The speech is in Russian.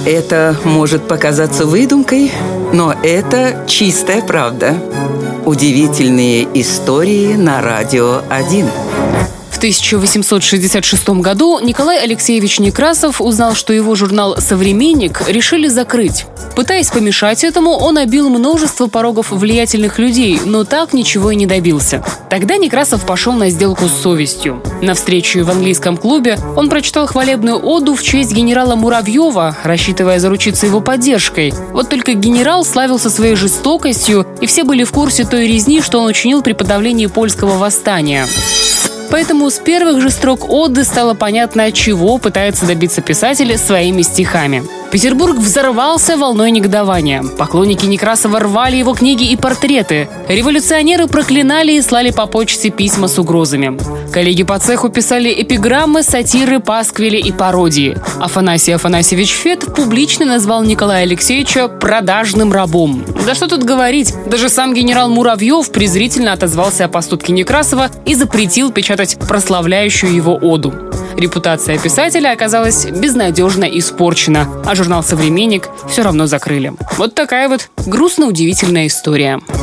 Это может показаться выдумкой, но это чистая правда. Удивительные истории на Радио 1. В 1866 году Николай Алексеевич Некрасов узнал, что его журнал «Современник» решили закрыть. Пытаясь помешать этому, он обил множество порогов влиятельных людей, но так ничего и не добился. Тогда Некрасов пошел на сделку с совестью. На встрече в английском клубе он прочитал хвалебную оду в честь генерала Муравьева, рассчитывая заручиться его поддержкой. Вот только генерал славился своей жестокостью, и все были в курсе той резни, что он учинил при подавлении польского восстания. Поэтому с первых же строк оды стало понятно, чего пытается добиться писатель своими стихами. Петербург взорвался волной негодования. Поклонники Некрасова рвали его книги и портреты. Революционеры проклинали и слали по почте письма с угрозами. Коллеги по цеху писали эпиграммы, сатиры, пасквили и пародии. Афанасий Афанасьевич Фет публично назвал Николая Алексеевича продажным рабом. Да что тут говорить, даже сам генерал Муравьев презрительно отозвался о поступке Некрасова и запретил печатать прославляющую его оду. Репутация писателя оказалась безнадежно испорчена, а журнал «Современник» все равно закрыли. Вот такая вот грустно-удивительная история.